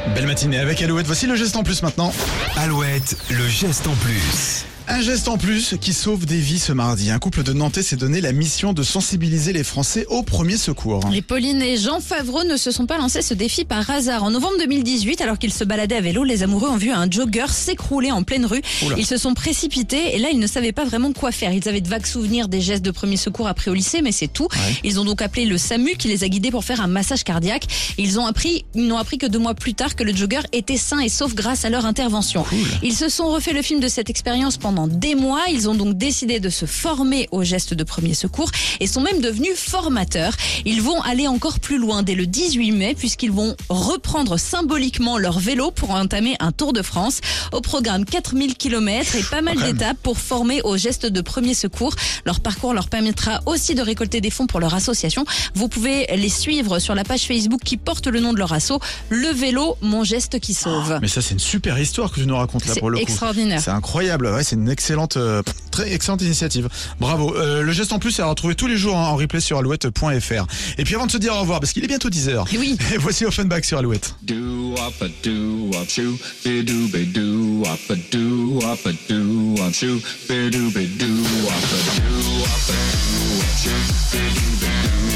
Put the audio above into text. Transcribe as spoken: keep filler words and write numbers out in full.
Belle matinée avec Alouette, voici le geste en plus maintenant. Alouette, le geste en plus. Un geste en plus qui sauve des vies ce mardi. Un couple de Nantais s'est donné la mission de sensibiliser les Français au premier secours. Les Pauline et Jean Favreau ne se sont pas lancés ce défi par hasard. En novembre deux mille dix-huit, alors qu'ils se baladaient à vélo, les amoureux ont vu un jogger s'écrouler en pleine rue. Oula. Ils se sont précipités et là, ils ne savaient pas vraiment quoi faire. Ils avaient de vagues souvenirs des gestes de premier secours appris au lycée, mais c'est tout. Ouais. Ils ont donc appelé le SAMU qui les a guidés pour faire un massage cardiaque. Ils ont appris, ils n'ont appris que deux mois plus tard que le jogger était sain et sauf grâce à leur intervention. Cool. Ils se sont refait le film de cette expérience pendant des mois. Ils ont donc décidé de se former aux gestes de premier secours et sont même devenus formateurs. Ils vont aller encore plus loin dès le dix-huit mai puisqu'ils vont reprendre symboliquement leur vélo pour entamer un Tour de France. Au programme quatre mille kilomètres et pas mal Quand même. d'étapes pour former aux gestes de premier secours. Leur parcours leur permettra aussi de récolter des fonds pour leur association. Vous pouvez les suivre sur la page Facebook qui porte le nom de leur asso, Le Vélo, mon geste qui sauve. Mais ça, c'est une super histoire que tu nous racontes là C'est pour le coup. extraordinaire. C'est incroyable, ouais, c'est une excellente, euh, très excellente initiative. Bravo. Euh, le geste en plus est à retrouver tous les jours hein, en replay sur alouette point f r. Et puis avant de se dire au revoir, parce qu'il est bientôt dix heures, Oui. voici Offenbach sur Alouette. Do up a do up shoo, be do be do up a do up a do up shoo, be do be do up a do up a do up shoo, be do be do.